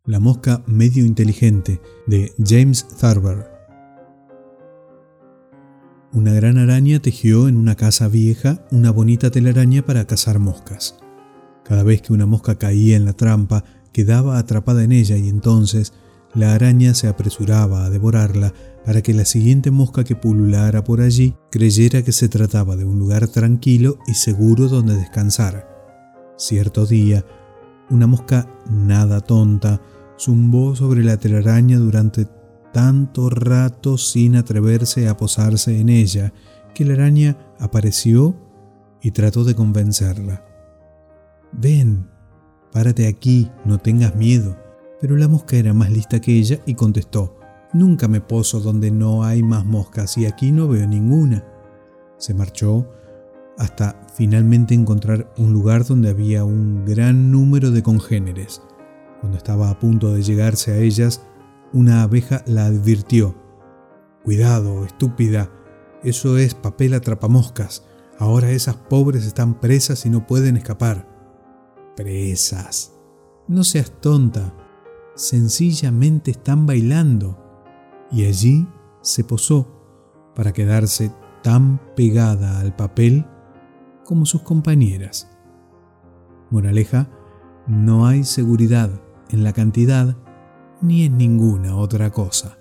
La mosca medio inteligente, de James Thurber. Una gran araña tejió en una casa vieja una bonita telaraña para cazar moscas. Cada vez que una mosca caía en la trampa, quedaba atrapada en ella y entonces la araña se apresuraba a devorarla para que la siguiente mosca que pululara por allí creyera que se trataba de un lugar tranquilo y seguro donde descansar. Cierto día, una mosca nada tonta zumbó sobre la telaraña durante tanto rato sin atreverse a posarse en ella, que la araña apareció y trató de convencerla. «Ven, párate aquí, no tengas miedo». Pero la mosca era más lista que ella y contestó: «Nunca me poso donde no hay más moscas y aquí no veo ninguna». Se marchó hasta finalmente encontrar un lugar donde había un gran número de congéneres. Cuando estaba a punto de llegarse a ellas, una abeja la advirtió: «Cuidado, estúpida, eso es papel atrapamoscas. Ahora esas pobres están presas y no pueden escapar». «Presas. No seas tonta. Sencillamente están bailando». Y allí se posó para quedarse tan pegada al papel como sus compañeras. Moraleja: no hay seguridad en la cantidad ni en ninguna otra cosa.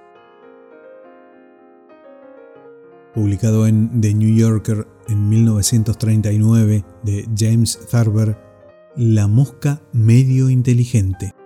Publicado en The New Yorker en 1939 de James Thurber, La mosca medio inteligente.